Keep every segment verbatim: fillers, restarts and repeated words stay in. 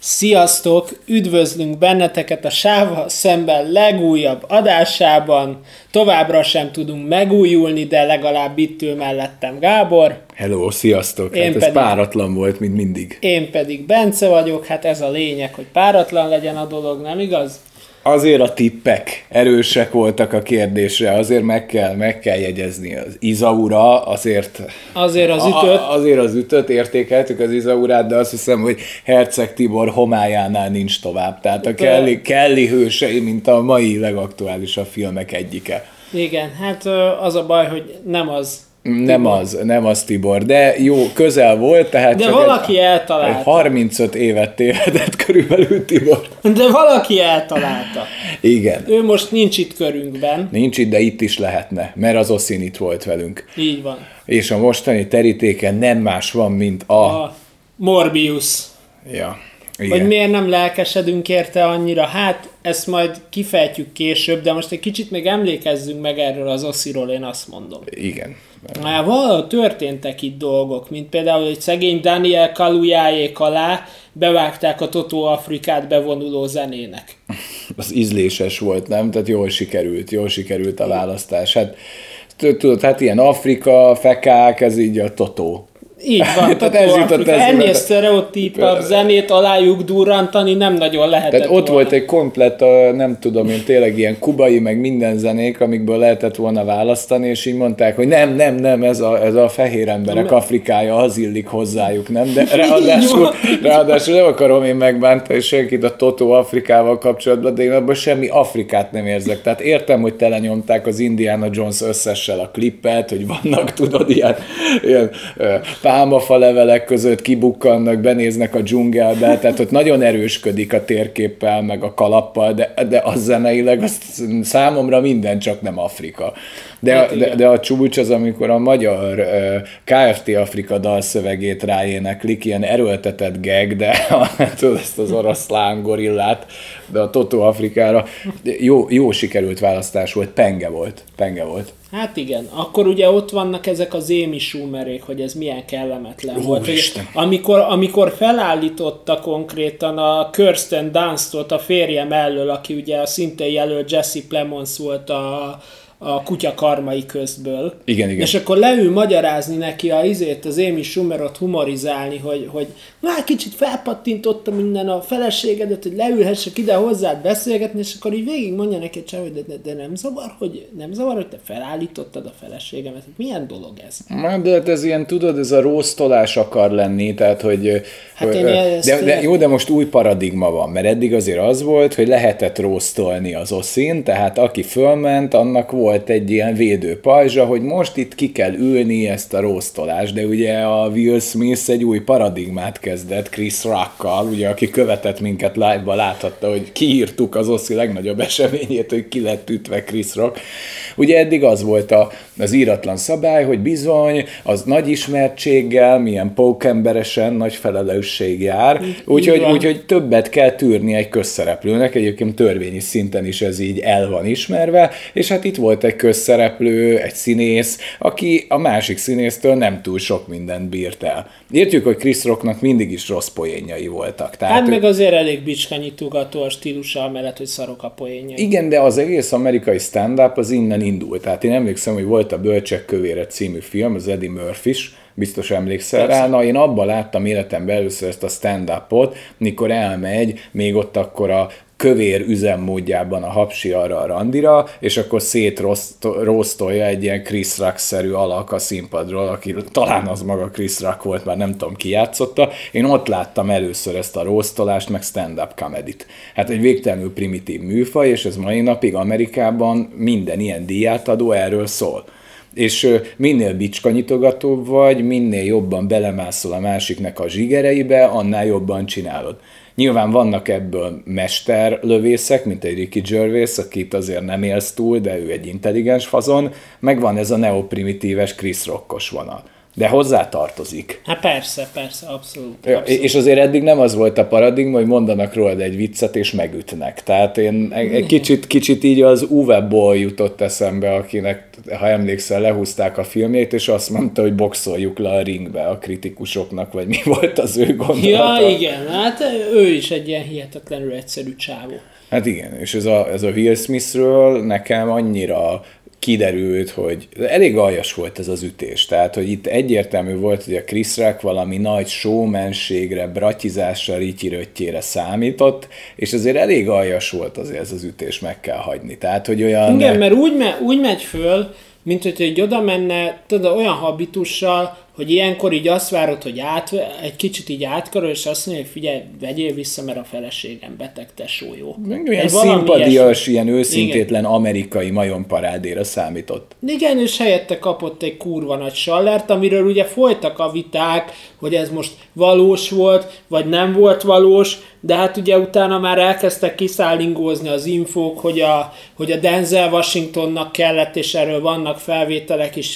Sziasztok! Üdvözlünk benneteket a Sávval szemben legújabb adásában. Továbbra sem tudunk megújulni, de legalább itt ül mellettem Gábor. Hello, sziasztok! Én hát pedig, ez páratlan volt, mint mindig. Én pedig Bence vagyok, hát ez a lényeg, hogy páratlan legyen a dolog, nem igaz? Azért a tippek erősek voltak a kérdésre, azért meg kell, meg kell jegyezni az Izaura, azért azért az ütött. A, azért az ütött, értékeltük az Izaurát, de azt hiszem, hogy Herceg Tibor homályánál nincs tovább. Tehát a Kelly, Kelly hősei, mint a mai legaktuálisabb filmek egyike. Igen, hát az a baj, hogy nem az. Nem az, nem az Tibor, de jó, közel volt, tehát de csak valaki egy, eltalálta. Egy harmincöt évet tévedett körülbelül Tibor. De valaki eltalálta. Igen. Ő most nincs itt körünkben. Nincs itt, de itt is lehetne, mert az Oszin itt volt velünk. Így van. És a mostani terítéken nem más van, mint a... A Morbius. Ja. Igen. Hogy miért nem lelkesedünk érte annyira, hát ezt majd kifejtjük később, de most egy kicsit még emlékezzünk meg erről az Osziról, én azt mondom. Igen. Már valahol történtek itt dolgok, mint például, hogy szegény Daniel Kalujáék alá bevágták a Totó Afrikát bevonuló zenének. Az ízléses volt, nem? Tehát jól sikerült, jól sikerült a választás. Hát tudod, hát ilyen Afrika, fekák, ez így a Totó. Így van, tehát ez jutott ennél sztereotípabb zenét alájuk durrantani nem nagyon lehetett. Tehát ott volna. volt egy komplett, nem tudom én, tényleg ilyen kubai, meg minden zenék, amikből lehetett volna választani, és így mondták, hogy nem, nem, nem, ez a, ez a fehér emberek Afrikája, az illik hozzájuk, nem? De ráadásul, ráadásul nem akarom én megbántani senkit a Totó Afrikával kapcsolatban, de én abban semmi Afrikát nem érzek. Tehát értem, hogy telenyomták az Indiana Jones összessel a klippet, hogy vannak, tudod, ilyen, ilyen pálmafa levelek között kibukkannak, benéznek a dzsungelbe, tehát ott nagyon erősködik a térképpel, meg a kalappal, de, de az zeneileg az számomra minden, csak nem Afrika. De, hát de, de a csúcs az, amikor a magyar uh, ká ef té Afrika dalszövegét ráéneklik, ilyen erőltetett gag, de tudod, ezt az oroszlán gorillát, de a Totó Afrikára jó, jó sikerült választás volt, penge volt, penge volt. Hát igen, akkor ugye ott vannak ezek az Amy Schumerék, hogy ez milyen kellemetlen Ó, volt. Hogy amikor, amikor felállította konkrétan a Kirsten Dunst-ot a férje mellől, aki ugye a szintén jelölt Jesse Plemons volt a a kutya karmai közből. Igen, igen. És akkor leül magyarázni neki a izét, az Amy Schumerot humorizálni, hogy, hogy már kicsit felpattintotta minden a feleségedet, hogy leülhessek ide hozzád beszélgetni, és akkor így végig mondja neki, hogy de, de, de nem zavar, hogy nem zavar, hogy te felállítottad a feleségemet. Milyen dolog ez? Már de ez ilyen, tudod, ez a rósztolás akar lenni, tehát, hogy... Hát én de, de, jó, de most új paradigma van, mert eddig azért az volt, hogy lehetett rósztolni az Oszin, tehát aki fölment, annak volt volt egy ilyen védőpajzsa, hogy most itt ki kell ülni ezt a rosztolást, de ugye a Will Smith egy új paradigmát kezdett Chris Rockkal, ugye, aki követett minket live-ba, láthatta, hogy kiírtuk az Oszi legnagyobb eseményét, hogy ki lett ütve Chris Rock. Ugye eddig az volt a, az íratlan szabály, hogy bizony, az nagy ismertséggel, milyen pókemberesen nagy felelősség jár, úgyhogy úgy, úgy, többet kell tűrni egy közszereplőnek, egyébként törvényi szinten is ez így el van ismerve, és hát itt volt egy közszereplő, egy színész, aki a másik színésztől nem túl sok mindent bírt el. Értjük, hogy Chris Rocknak mindig is rossz poénjai voltak. Tehát hát ő... meg azért elég bicskanyitogató a stílusa mellett, hogy szarok a poénjai. Igen, de az egész amerikai stand-up az innen indult. Tehát én emlékszem, hogy volt a Bölcsek kövére című film, az Eddie Murphy, biztos emlékszel rá. Na, én abban láttam életemben először ezt a stand-upot, mikor elmegy, még ott akkor a kövér üzemmódjában a hapsi arra a randira, és akkor szétrósztolja egy ilyen Chris Rock-szerű alak a színpadról, aki talán az maga Chris Rock volt, már nem tudom ki játszotta. Én ott láttam először ezt a rósztolást, meg stand-up comedy-t. Hát egy végtelenül primitív műfaj, és ez mai napig Amerikában minden ilyen díjátadó erről szól. És minél bicskanyitogatóbb vagy, minél jobban belemászol a másiknak a zsigereibe, annál jobban csinálod. Nyilván vannak ebből mesterlövészek, mint egy Ricky Gervais, akit azért nem élsz túl, de ő egy intelligens fazon, meg van ez a neoprimitíves Chris Rockos vonal. de hozzá tartozik. Hát persze, persze, abszolút, Ja, abszolút. és azért eddig nem az volt a paradigma, hogy mondanak rólad egy viccet, és megütnek. Tehát én egy kicsit, kicsit így az Uwe Boll jutott eszembe, akinek, ha emlékszel, lehúzták a filmjét, és azt mondta, hogy boxoljuk le a ringbe a kritikusoknak, vagy mi volt az ő gondolata. Ja, igen, hát ő is egy ilyen hihetetlenül egyszerű csávó. Hát igen, és ez a, ez a Will Smithről nekem annyira kiderült, hogy elég aljas volt ez az ütés. Tehát, hogy itt egyértelmű volt, hogy a Chris Rock valami nagy showmanségre, bratizásra, rityiröttyére számított, és azért elég aljas volt azért ez az ütés, meg kell hagyni. Tehát, hogy olyan... Igen, mert úgy, me, úgy megy föl, mint hogy egy oda menne, tudod, olyan habitussal, hogy ilyenkor így azt várod, hogy át, egy kicsit így átkarol, és azt mondja, hogy figyelj, vegyél vissza, mert a feleségem beteg, tesó, jó. Ilyen szimpadias, ilyen őszintétlen igen. Amerikai majomparádéra számított. Igen, és helyette kapott egy kurva nagy sallert, amiről ugye folytak a viták, hogy ez most valós volt, vagy nem volt valós, de hát ugye utána már elkezdtek kiszállingózni az infók, hogy a, hogy a Denzel Washingtonnak kellett, és erről vannak felvételek is,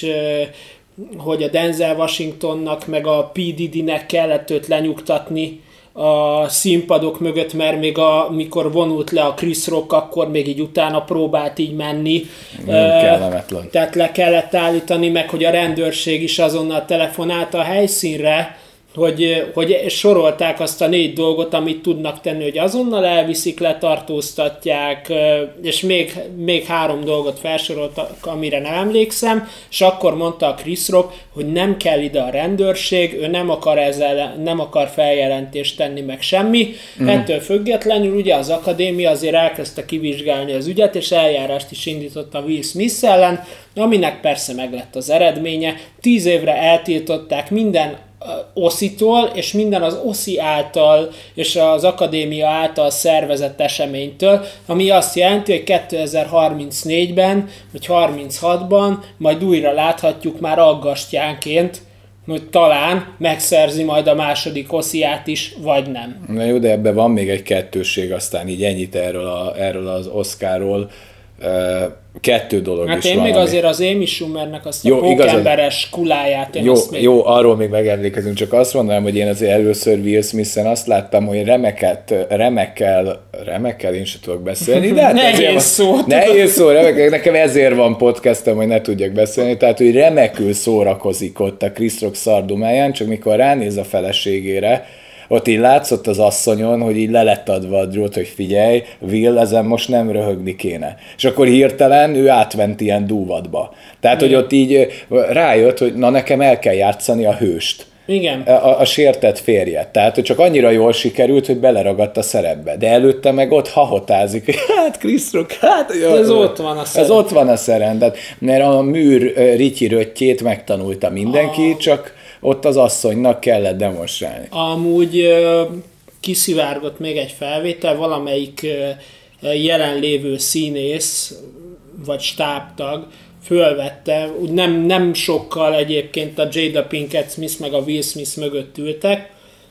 hogy a Denzel Washingtonnak meg a P. Diddy-nek kellett őt lenyugtatni a színpadok mögött, mert még a, mikor vonult le a Chris Rock, akkor még így utána próbált így menni. Nem kellemetlen. Tehát le kellett állítani, meg hogy a rendőrség is azonnal telefonált a helyszínre, hogy, hogy sorolták azt a négy dolgot, amit tudnak tenni, hogy azonnal elviszik, letartóztatják, és még, még három dolgot felsoroltak, amire nem emlékszem, és akkor mondta a Chris Rock, hogy nem kell ide a rendőrség, ő nem akar, ezzel, nem akar feljelentést tenni, meg semmi. Mm. Ettől függetlenül ugye az akadémia azért elkezdte kivizsgálni az ügyet, és eljárást is indított a Will Smith ellen, aminek persze meglett az eredménye. Tíz évre eltiltották minden oszitól, és minden az oszi által, és az akadémia által szervezett eseménytől, ami azt jelenti, hogy kétezer-harmincnégyben, vagy harminchatban majd újra láthatjuk már aggastyánként, hogy talán megszerzi majd a második osziát is, vagy nem. Na jó, de ebben van még egy kettősség, aztán így ennyit erről, a, erről az Oscarról. Kettő dolog hát is én van. még ami... azért az Amy Schumernek azt a pókemberes kuláját. Én jó, azt még... jó, arról még megemlékezünk, csak azt mondanám, hogy én azért először Will Smith-en azt láttam, hogy remeket, remekkel, remekkel én sem tudok beszélni, de hát nehéz szó. Nehéz szó, remekkel, nekem ezért van podcastem, hogy ne tudjak beszélni, tehát hogy remekül szórakozik ott a Chris Rock szardumáján, csak mikor ránéz a feleségére, ott így látszott az asszonyon, hogy így le lett adva a drót, hogy figyelj, Will, ezen most nem röhögni kéne. És akkor hirtelen ő átvent ilyen dúvatba. Tehát, hogy ott így rájött, hogy na nekem el kell játszani a hőst. Igen. A, a sértett férjet. Tehát, hogy csak annyira jól sikerült, hogy beleragadt a szerepbe. De előtte meg ott hahotázik, hogy hát Chris Rock, hát... Jó, ez ott van a szeren. Ez ott van a szeren. Tehát, mert a műr rityiröttyét megtanulta mindenki, a... csak ott az asszonynak kellett demonstrálni. Amúgy kiszivárgott még egy felvétel, valamelyik jelenlévő színész, vagy stábtag fölvette, úgy nem, nem sokkal egyébként a Jada Pinkett Smith meg a Will Smith mögött ültek,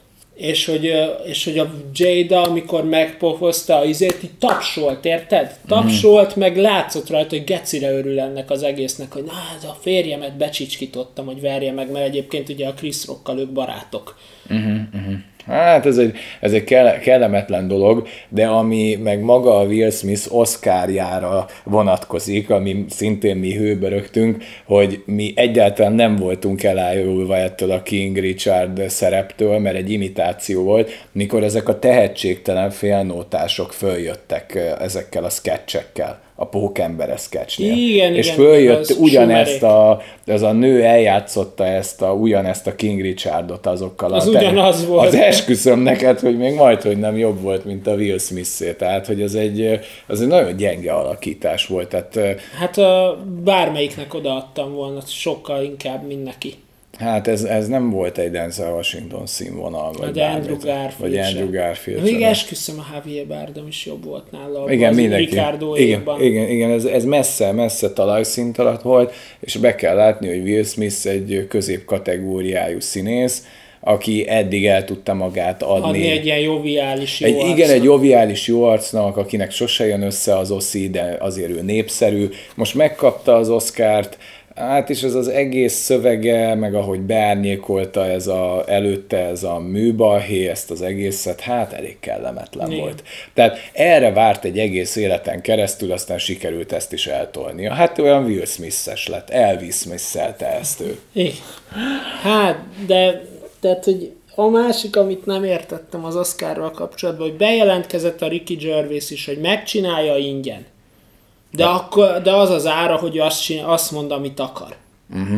és hogy, és hogy a Jada, amikor megpofozta a izét, így tapsolt, érted? Tapsolt, mm. meg látszott rajta, hogy gecire örül ennek az egésznek, hogy na, ez a férjemet becsicskítottam, hogy verje meg, mert egyébként ugye a Chris Rockkal ők barátok. Uh-huh, uh-huh. Hát ez egy, ez egy kellemetlen dolog, de ami meg maga a Will Smith Oscarjára vonatkozik, ami szintén mi hőbörögtünk, hogy mi egyáltalán nem voltunk elájulva ettől a King Richard szereptől, mert egy imitáció volt, mikor ezek a tehetségtelen félnótások följöttek ezekkel a sketchekkel, a pókemberes sketchnél. Igen, és igen, följött ugyanezt a, az a nő eljátszotta ezt a, ugyanezt a King Richardot azokkal. Az a ugyanaz volt. Az esküszöm neked, hogy még majd, hogy nem jobb volt, mint a Will Smith-é. Tehát, hogy ez egy, az egy nagyon gyenge alakítás volt. Tehát, hát bármelyiknek odaadtam volna, sokkal inkább, mint neki. Hát ez, ez nem volt egy Denzel Washington színvonal. Vagy, vagy Andrew Garfield. Vagy Andrew Garfield. Még esküszöm, a Javier Bardem is jobb volt nála. Igen, az mindenki. Ricardo igen, évban. igen, igen, ez, ez messze, messze talajszint alatt volt, és be kell látni, hogy Will Smith egy középkategóriájú színész, aki eddig el tudta magát adni. Adni egy ilyen joviális jó egy, arcnak. Igen, egy joviális jó arcnak, akinek sose jön össze az oszi, de azért ő népszerű. Most megkapta az Oscart, Hát és ez az egész szövege, meg ahogy beárnyékolta ez a, előtte ez a műbalhé, ezt az egészet, hát elég kellemetlen Igen. volt. Tehát erre várt egy egész életen keresztül, aztán sikerült ezt is eltolnia. Hát olyan Will Smith-es lett, Elvis Smith-szelte ezt ő. Igen. Hát, de tehát, hogy a másik, amit nem értettem az Oscarral kapcsolatban, hogy bejelentkezett a Ricky Gervais is, hogy megcsinálja ingyen. De, de. Akkor, de az az ára, hogy azt, csinál, azt mond, amit akar. Uh-huh.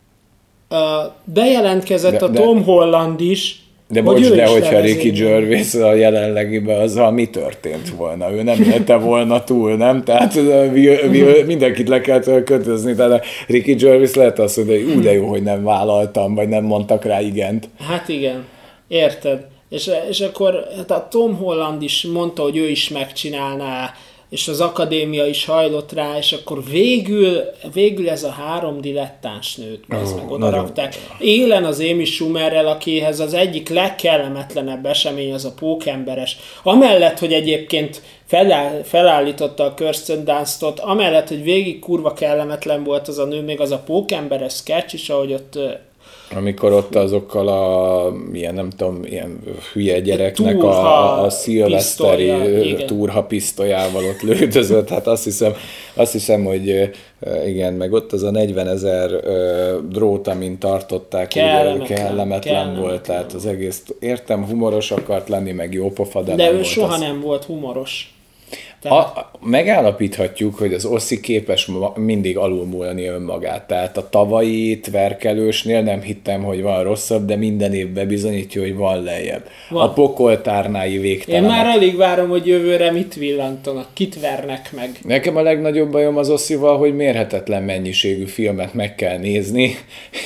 Uh, bejelentkezett de, a Tom de, Holland is, de hogy bocs, de hogyha Ricky Gervais a jelenlegiben, azzal mi történt volna? Ő nem lette volna túl, nem? Tehát mindenkit le kellett kötözni, tehát Ricky Gervais lehet azt mondani, hogy ú, de jó, hogy nem vállaltam, vagy nem mondtak rá igent. Hát igen, érted. És, és akkor hát a Tom Holland is mondta, hogy ő is megcsinálná, és az akadémia is hajlott rá, és akkor végül, végül ez a három dilettáns nőt, oh, meg odarakták. Élen az Amy Schumerrel, akihez az egyik legkellemetlenebb esemény az a pókemberes. Amellett, hogy egyébként feláll, felállította a Kirsten Dunst-ot, amellett, hogy végig kurva kellemetlen volt az a nő, még az a pókemberes sketch is, ahogy ott amikor ott azokkal a ilyen, nem tudom, ilyen hülye gyereknek turha a, a szilveszteri turha pisztolyával ott lődözött, hát azt hiszem, azt hiszem, hogy igen, meg ott az a negyvenezer drót, amin tartották, kellemetlen, kellemetlen, kellemetlen volt, tehát az egész, értem, humoros akart lenni, meg jó pofa, de, de nem ő volt soha az. nem volt humoros. A, megállapíthatjuk, hogy az Oszi képes mindig alulmúlni önmagát. Tehát a tavalyi tverkelősnél nem hittem, hogy van rosszabb, de minden évben bizonyítja, hogy van lejjebb. Van. A pokoltárnái végtelenek. Én már alig várom, hogy jövőre mit villantanak, kit vernek meg. Nekem a legnagyobb bajom az Oszival, hogy mérhetetlen mennyiségű filmet meg kell nézni,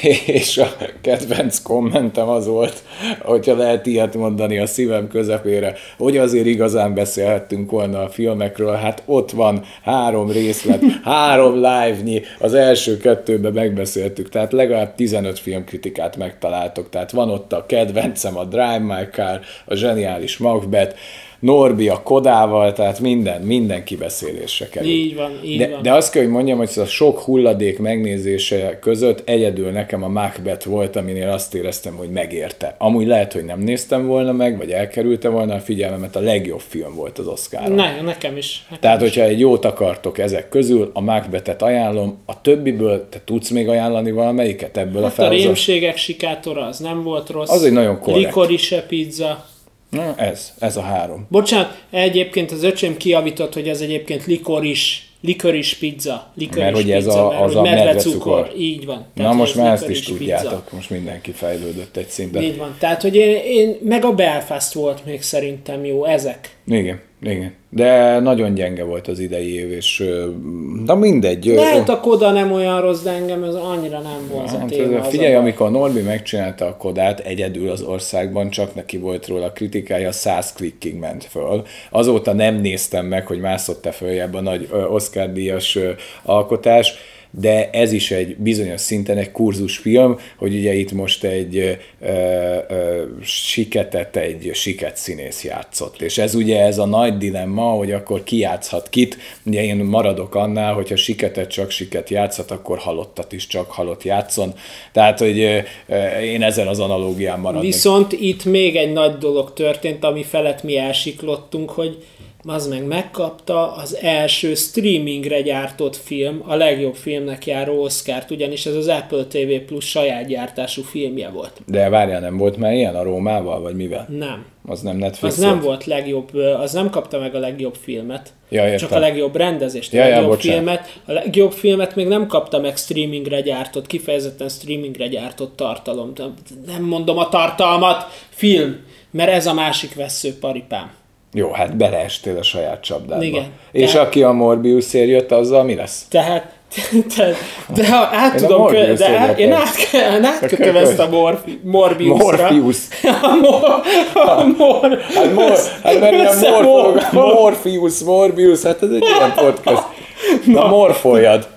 és a kedvenc kommentem az volt, hogyha lehet ilyet mondani a szívem közepére, hogy azért igazán beszélhettünk volna a filmek, hát ott van három részlet, három live-nyi, az első kettőben megbeszéltük, tehát legalább tizenöt filmkritikát megtaláltok, tehát van ott a kedvencem, a Drive My Car, a zseniális Macbeth, Norbi a Kodával, tehát minden, minden kibeszélésre kerül. Így van, így de, van. De azt kell, hogy mondjam, hogy a sok hulladék megnézése között egyedül nekem a Macbeth volt, aminél azt éreztem, hogy megérte. Amúgy lehet, hogy nem néztem volna meg, vagy elkerülte volna a figyelmemet, a legjobb film volt az Oscaron. Ne, nekem is. Nekem tehát, is. hogyha egy jót akartok ezek közül, a Macbethet ajánlom, a többiből te tudsz még ajánlani valamelyiket ebből hát a felhozat? A Rémségek sikátora az nem volt rossz. Az egy nagyon korrekt. Licorice pizza. Na, ez, ez a három. Bocsánat, egyébként az öcsém kijavított, hogy ez egyébként likoris, likoris pizza. Likoris mert hogy ez pizza, a, mert, az a medvecukor. Így van. Tehát, na most már ezt is tudjátok, pizza. Most mindenki fejlődött egy szinten. Így van. Tehát, hogy én, én, meg a Belfast volt még szerintem jó, ezek. Igen, igen. De nagyon gyenge volt az idei év, és na mindegy. Lehet a Koda nem olyan rossz, de engem ez annyira nem volt hát, a téma. Figyelj, az amikor Norbi megcsinálta a Kodát egyedül az országban, csak neki volt róla kritikája, száz klikkig ment föl. Azóta nem néztem meg, hogy mászott-e följebb a nagy Oscar-díjas alkotás, de ez is egy bizonyos szinten egy kurzusfilm, hogy ugye itt most egy ö, ö, siketet, egy siket színész játszott. És ez ugye ez a nagy dilemma, hogy akkor ki játszhat kit. Ugye én maradok annál, hogyha siketet csak siket játszhat, akkor halottat is csak halott játszon. Tehát, hogy ö, én ezen az analógián maradnék. Viszont itt még egy nagy dolog történt, ami felett mi elsiklottunk, hogy az meg megkapta az első streamingre gyártott film, a legjobb filmnek járó Oscart, ugyanis ez az Apple té vé Plus saját gyártású filmje volt. De várjál, nem volt már ilyen a Rómával, vagy mivel? Nem. Az nem Netflix Az nem volt legjobb, az nem kapta meg a legjobb filmet. Ja, csak a legjobb rendezést, ja, a legjobb ja, filmet. A legjobb filmet még nem kapta meg streamingre gyártott, kifejezetten streamingre gyártott tartalom. Nem mondom a tartalmat, film, mert ez a másik vesszőparipám. Jó, hát beleestél a saját csapdádba. Igen. És tehát, aki a Morbiusért jött, azzal mi lesz? Tehát, te, de ha át én tudom, kö, de át, én át, átkötöm ezt a Morfi, Morbiusra. Morpheus. A mor, a mor, hát, mor, hát mert ilyen morfolog, Morpheus, Morbius, hát ez egy ilyen podcast. Na, morfoljad.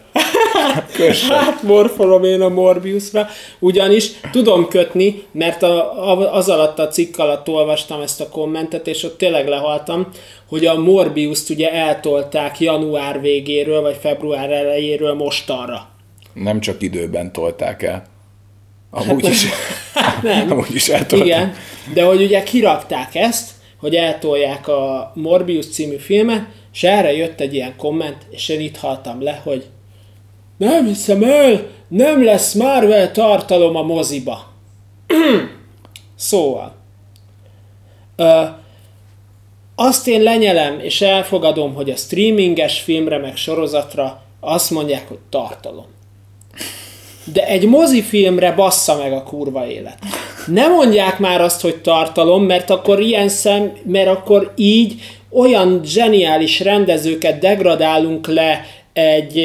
Hát morfolom én a Morbiusra, ugyanis tudom kötni, mert a, a, az alatt a cikk alatt olvastam ezt a kommentet, és ott tényleg lehaltam, hogy a Morbiust ugye eltolták január végéről, vagy február elejéről mostanra. Nem csak időben tolták el. Amúgy is, nem. amúgy is eltolták. Igen, de hogy ugye kirakták ezt, hogy eltolják a Morbius című filmet, és erre jött egy ilyen komment, és én itt haltam le, hogy nem hiszem el, nem lesz Marvel tartalom a moziba. Szóval. Ö, azt én lenyelem, és elfogadom, hogy a streaminges filmre meg sorozatra azt mondják, hogy tartalom. De egy mozifilmre bassza meg a kurva élet. Ne mondják már azt, hogy tartalom, mert akkor ilyen szem, mert akkor így olyan zseniális rendezőket degradálunk le egy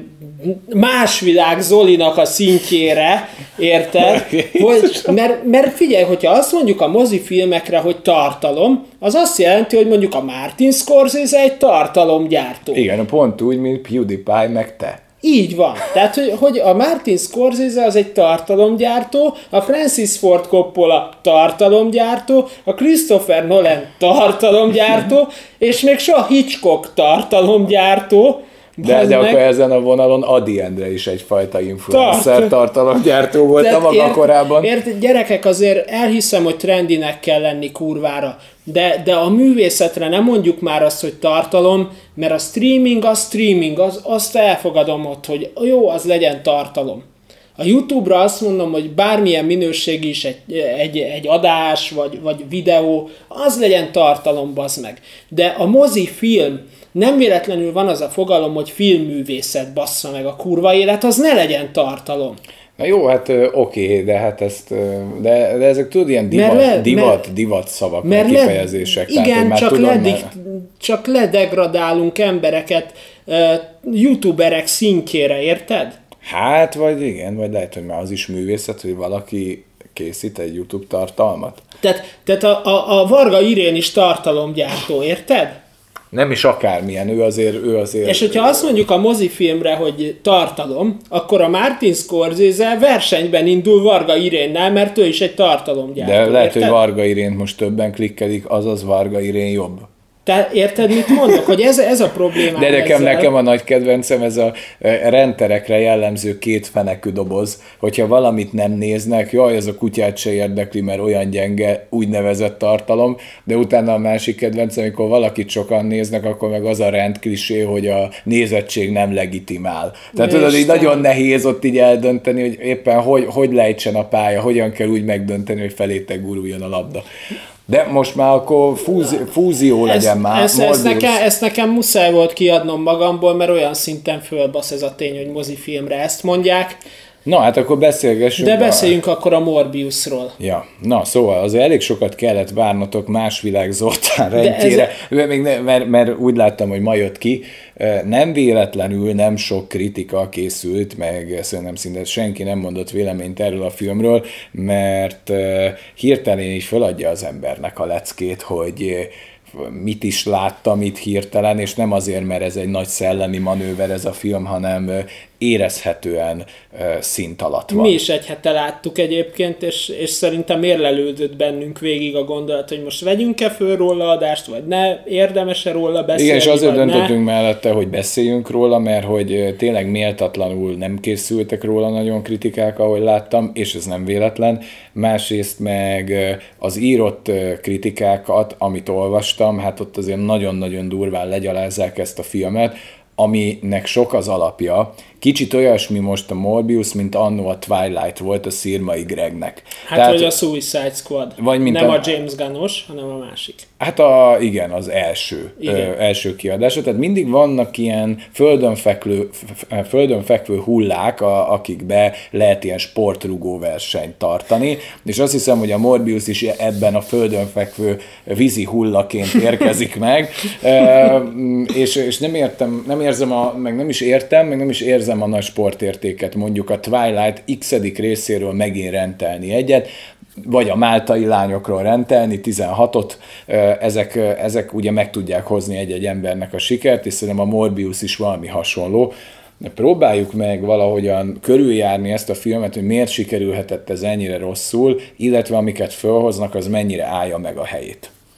más világ Zolinak a szintjére, érted? Hogy, mert, mert figyelj, hogyha azt mondjuk a mozifilmekre, hogy tartalom, az azt jelenti, hogy mondjuk a Martin Scorsese egy tartalomgyártó. Igen, pont úgy, mint PewDiePie meg te. Így van. Tehát, hogy, hogy a Martin Scorsese az egy tartalomgyártó, a Francis Ford Coppola tartalomgyártó, a Christopher Nolan tartalomgyártó, és még soha Hitchcock tartalomgyártó. De, de meg... akkor ezen a vonalon Adi Endre is egyfajta influencer Tart... tartalomgyártó volt a maga ért, korában. Ért, gyerekek, azért elhiszem, hogy trendinek kell lenni kurvára, de, de a művészetre nem mondjuk már azt, hogy tartalom, mert a streaming a streaming, az, azt elfogadom ott, hogy jó, az legyen tartalom. A YouTube-ra azt mondom, hogy bármilyen minőségi is egy, egy, egy adás, vagy, vagy videó, az legyen tartalom, bazd meg. De a mozi-film, nem véletlenül van az a fogalom, hogy filmművészet, bassza meg a kurva élet, az ne legyen tartalom. Na jó, hát oké, okay, de hát ezt, de, de ezek tudod ilyen divat, le, divat, mert, divat szavak, mert kifejezések. Le, igen, tehát, csak, tudom, ledik, mert... csak ledegradálunk embereket uh, youtuberek szintjére, érted? Hát, vagy igen, vagy lehet, hogy már az is művészet, hogy valaki készít egy YouTube tartalmat. Tehát, tehát a, a, a Varga Irén is tartalomgyártó, érted? Nem is akármilyen, ő azért, ő azért... És hogyha azt mondjuk a mozifilmre, hogy tartalom, akkor a Martin Scorsese versenyben indul Varga Irénnel, mert ő is egy tartalomgyártó. De lehet, érted? hogy Varga Irént most többen klikkelik, azaz Varga Irén jobb. Te érted, mit mondok? Hogy ez, ez a probléma. De nekem, nekem a nagy kedvencem ez a renterekre jellemző két fenekű doboz, hogyha valamit nem néznek, jaj, ez a kutyát se érdekli, mert olyan gyenge úgynevezett tartalom, de utána a másik kedvencem, amikor valakit sokan néznek, akkor meg az a rendklisé, hogy a nézettség nem legitimál. Tehát tudod, így nagyon nehéz ott így eldönteni, hogy éppen hogy, hogy lejtsen a pálya, hogyan kell úgy megdönteni, hogy felétek guruljon a labda. De most már akkor fúzi, fúzió legyen ezt, már. Ezt, ezt, nekem, ezt nekem muszáj volt kiadnom magamból, mert olyan szinten fölbasz ez a tény, hogy mozifilmre ezt mondják. Na hát akkor beszélgessünk. De beszéljünk a... akkor a Morbiusról. Ja, na szóval azért elég sokat kellett várnotok Másvilág Zoltán rendjére, ez... még ne, mert, mert úgy láttam, hogy ma jött ki. Nem véletlenül nem sok kritika készült, meg szerintem szinte senki nem mondott véleményt erről a filmről, mert hirtelen így feladja az embernek a leckét, hogy mit is láttam itt hirtelen, és nem azért, mert ez egy nagy szellemi manőver ez a film, hanem érezhetően szint alatt van. Mi is egy hete láttuk egyébként, és, és szerintem érlelődött bennünk végig a gondolat, hogy most vegyünk-e föl róla adást, vagy ne, érdemes-e róla beszélni, igen, és azért döntöttünk ne. mellette, hogy beszéljünk róla, mert hogy tényleg méltatlanul nem készültek róla nagyon kritikák, ahogy láttam, és ez nem véletlen. Másrészt meg az írott kritikákat, amit olvastam, hát ott azért nagyon-nagyon durván legyalázzák ezt a filmet, aminek sok az alapja. Kicsit olyasmi most a Morbius, mint annó a Twilight volt a Szirmai Gregnek. Hát Tehát, vagy a Suicide Squad. Vagy mint nem a, a James Gunnos, hanem a másik. Hát a, igen, az első, ö, első kiadása. Tehát mindig vannak ilyen földön fekvő, földön fekvő hullák, a, akikbe lehet ilyen sportrugó versenyt tartani, és azt hiszem, hogy a Morbius is ebben a földön fekvő vízi hullaként érkezik meg, ö, és, és nem értem, nem érzem, a, meg nem is értem, meg nem is érzem a nagy sportértéket, mondjuk a Twilight x-edik részéről megint rendelni egyet, vagy a máltai lányokról rendelni tizenhatot, ezek, ezek ugye meg tudják hozni egy-egy embernek a sikert, és szerintem a Morbius is valami hasonló. Próbáljuk meg valahogyan körüljárni ezt a filmet, hogy miért sikerülhetett ez ennyire rosszul, illetve amiket felhoznak, az mennyire állja meg a helyét.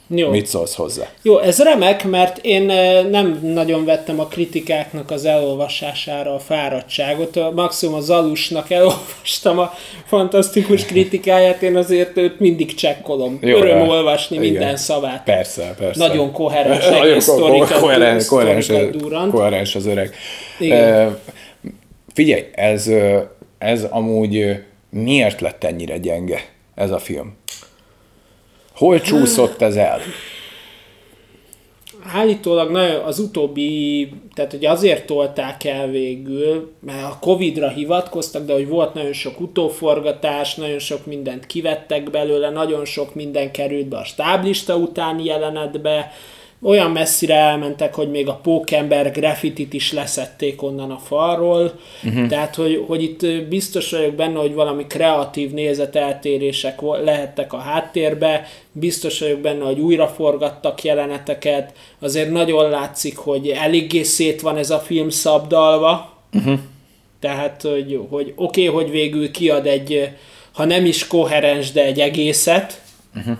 Jó. Mit szólsz hozzá? Jó, ez remek, mert én nem nagyon vettem a kritikáknak az elolvasására a fáradtságot. Maximum a Zalusnak elolvastam a fantasztikus kritikáját, én azért őt mindig csekkolom. Jó, Öröm rá. olvasni igen. minden szavát. Persze, persze. Nagyon koherens, egész sztorikat koherens, koherens, koherens az öreg. Uh, figyelj, ez, ez amúgy miért lett ennyire gyenge ez a film? Hol csúszott ez el? Állítólag nagyon az utóbbi, tehát hogy azért tolták el végül, mert a Covidra hivatkoztak, de hogy volt nagyon sok utóforgatás, nagyon sok mindent kivettek belőle, nagyon sok minden került be a stáblista utáni jelenetbe, olyan messzire elmentek, hogy még a pókember graffitit is leszették onnan a falról, uh-huh. tehát hogy, hogy itt biztos vagyok benne, hogy valami kreatív nézeteltérések lehettek a háttérbe, biztos vagyok benne, hogy újraforgattak jeleneteket, azért nagyon látszik, hogy eléggé szét van ez a film szabdalva, uh-huh. tehát hogy, hogy oké, okay, hogy végül kiad egy, ha nem is koherens, de egy egészet, uh-huh.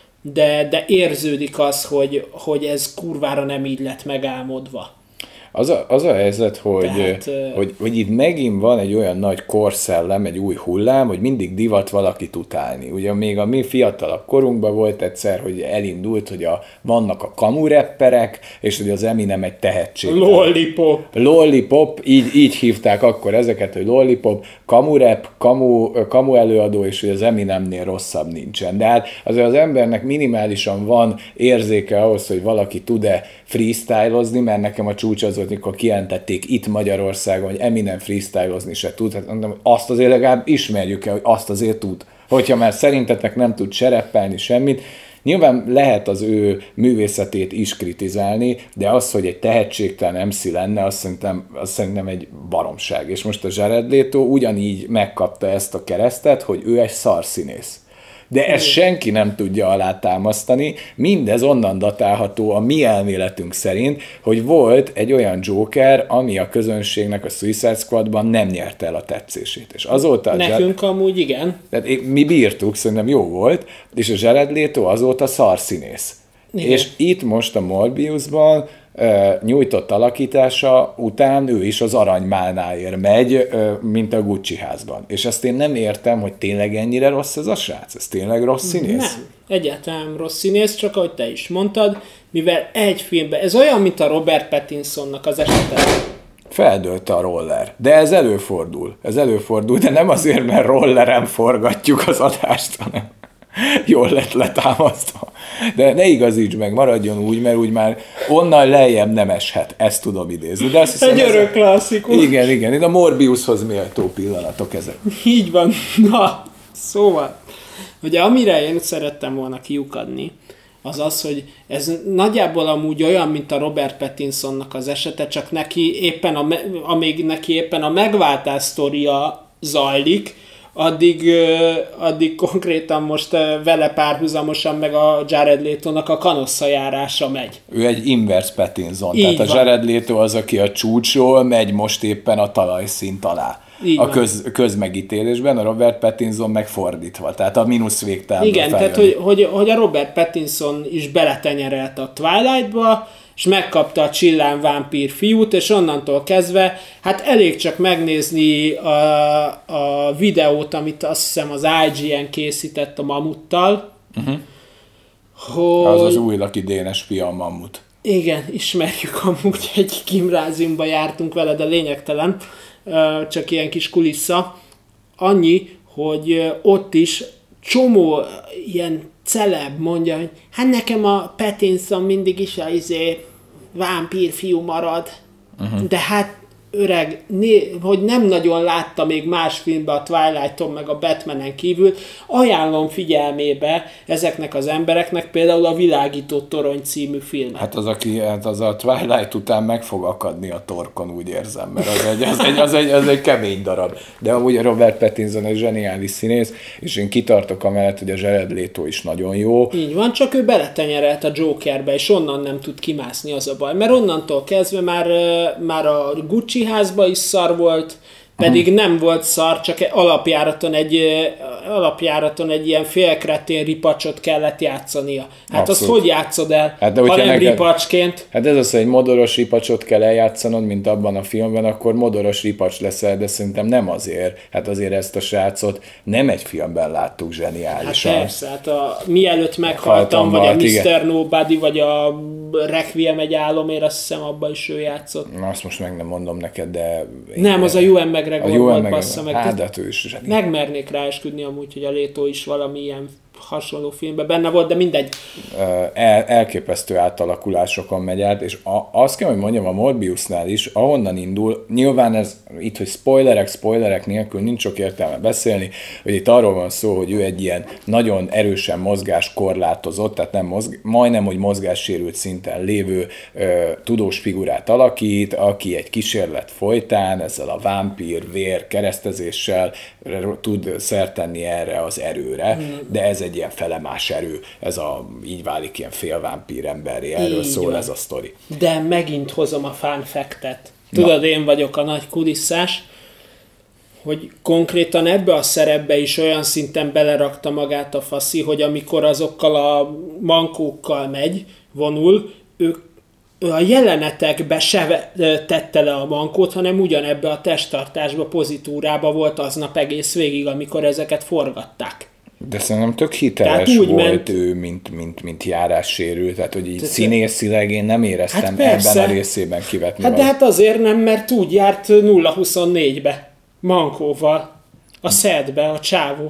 De, de érződik az, hogy, hogy ez kurvára nem így lett megálmodva. Az a, az a helyzet, hogy, Tehát, hogy, hogy itt megint van egy olyan nagy korszellem, egy új hullám, hogy mindig divat valakit utálni. Ugye még a mi fiatalabb korunkban volt egyszer, hogy elindult, hogy a, vannak a kamu rapperek, és hogy az Eminem egy tehetség. Lollipop. Lollipop, így, így hívták akkor ezeket, hogy lollipop, kamu rap, kamu, kamu előadó, és hogy az Eminemnél rosszabb nincsen. De hát azért az embernek minimálisan van érzéke ahhoz, hogy valaki tud-e freestylozni, mert nekem a csúcs az volt, mikor kijelentették itt Magyarországon, hogy Eminem freestylozni se tud. Hát mondom, azt azért legalább ismerjük el, hogy azt azért tud. Hogyha már szerintetek nem tud sereppelni semmit, nyilván lehet az ő művészetét is kritizálni, de az, hogy egy tehetségtelen em cé lenne, azt szerintem, azt szerintem egy baromság. És most a Jared Leto ugyanígy megkapta ezt a keresztet, hogy ő egy szarszínész. De ezt senki nem tudja alátámasztani, mindez onnan datálható a mi elméletünk szerint, hogy volt egy olyan Joker, ami a közönségnek a Suicide Squadban nem nyerte el a tetszését. És azóta Nekünk Jared... amúgy igen. Tehát mi bírtuk, szerintem jó volt, és a Jared Leto azóta szarszínész. És itt most a Morbiusban nyújtott alakítása után ő is az aranymálnáért megy, mint a Gucci házban. És ezt én nem értem, hogy tényleg ennyire rossz ez a srác? Ez tényleg rossz színész? Nem, egyáltalán rossz színész, csak ahogy te is mondtad, mivel egy filmben, ez olyan, mint a Robert Pattinsonnak az esete. Feldőlte a roller. De ez előfordul. Ez előfordul, de nem azért, mert rolleren forgatjuk az adást, hanem jól lett letámasztva. De ne igazíts meg, maradjon úgy, mert úgy már onnan lejjebb nem eshet. Ezt tudom idézni. De azt hiszem, egy örök klasszikus. Igen, igen. Itt a Morbiushoz méltó pillanatok ezek. Így van. Na, szóval, ugye amire én szerettem volna kiukadni, az az, hogy ez nagyjából amúgy olyan, mint a Robert Pattinsonnak az esete, csak neki éppen a, amíg neki éppen a megváltás sztoria zajlik, Addig, addig konkrétan most vele párhuzamosan meg a Jared Leto-nak a kanosszajárása megy. Ő egy inverse Pattinson, így tehát van. A Jared Leto az, aki a csúcsról megy most éppen a talajszint alá. Így a köz, közmegítélésben, a Robert Pattinson megfordítva, tehát a mínusz végtelenből igen, feljön. tehát hogy, hogy, hogy a Robert Pattinson is beletenyerelt a Twilightba, és megkapta a csillán vámpír fiút, és onnantól kezdve, hát elég csak megnézni a, a videót, amit azt hiszem az I G N készített a Mamuttal. Uh-huh. Hogy... Az az új Lucky Dénes fia a Mammut. Igen, ismerjük amúgy, egy gimnáziumba jártunk vele, de lényegtelen, csak ilyen kis kulissza. Annyi, hogy ott is csomó ilyen celeb mondja, hogy hát nekem a Pattinson mindig is a izé, vámpír fiú marad. Uh-huh. De hát öreg, né, hogy nem nagyon látta még más filmben a Twilight-on meg a Batmanen kívül, ajánlom figyelmébe ezeknek az embereknek például a Világító torony című filmet. Hát az, aki, hát az a Twilight után meg fog akadni a torkon, úgy érzem, mert az egy, az egy, az egy, az egy kemény darab. De amúgy a Robert Pattinson egy zseniális színész, és én kitartok amellett, hogy a Jared Leto is nagyon jó. Így van, csak ő beletenyerelt a Jokerbe, és onnan nem tud kimászni, az a baj. Mert onnantól kezdve már, már a Gucci házba is szar volt, pedig uh-huh. nem volt szar, csak alapjáraton egy alapjáraton egy ilyen félkretén ripacsot kellett játszania. Hát Abszolút. azt hogy játszod el, hát de ha nem neked, ripacsként? Hát ez az, hogy egy modoros ripacsot kell eljátszanod, mint abban a filmben, akkor modoros ripacs leszel, de szerintem nem azért. Hát azért ezt a srácot nem egy filmben láttuk zseniálisan. Hát persze, hát a, mielőtt meghaltam, vagy a miszter Nobody, vagy a Requiem egy álomért, azt hiszem abban is ő játszott. Na, azt most meg nem mondom neked, de... Nem, az a Ewan McGregor volt, bassza meg. Hát, de ő is zseni. Megmernék rá esküdni amúgy, hogy a Leto is valami ilyen hasonló filmben benne volt, de mindegy. El, elképesztő átalakulásokon megy át, és a, azt kell, hogy mondjam, a Morbiusnál is, ahonnan indul, nyilván ez itt, hogy spoilerek, spoilerek nélkül nincs sok értelme beszélni, hogy itt arról van szó, hogy ő egy ilyen nagyon erősen mozgáskorlátozott, tehát nem mozg, majdnem, hogy mozgássérült szinten lévő ö, tudós figurát alakít, aki egy kísérlet folytán ezzel a vámpír vér keresztezéssel tud szert tenni erre az erőre, hmm. de ez egy ilyen felemás erő, ez a, így válik ilyen félvámpír emberré, erről így szól van. Ez a sztori. De megint hozom a fun fact-et. Tudod, Na. én vagyok a nagy kulisszás, hogy konkrétan ebbe a szerepbe is olyan szinten belerakta magát a faszi, hogy amikor azokkal a mankókkal megy, vonul, ők ő a jelenetekbe se tette le a mankót, hanem ugyanebbe a testtartásba, pozitúrába volt aznap egész végig, amikor ezeket forgatták. De szerintem tök hiteles volt ment... ő, mint, mint, mint járássérült, tehát hogy így te színészileg én nem éreztem hát ebben a részében kivetni. Hát de hát azért nem, mert úgy járt nulla huszonnégybe, mankóval, a szedbe, a csávó.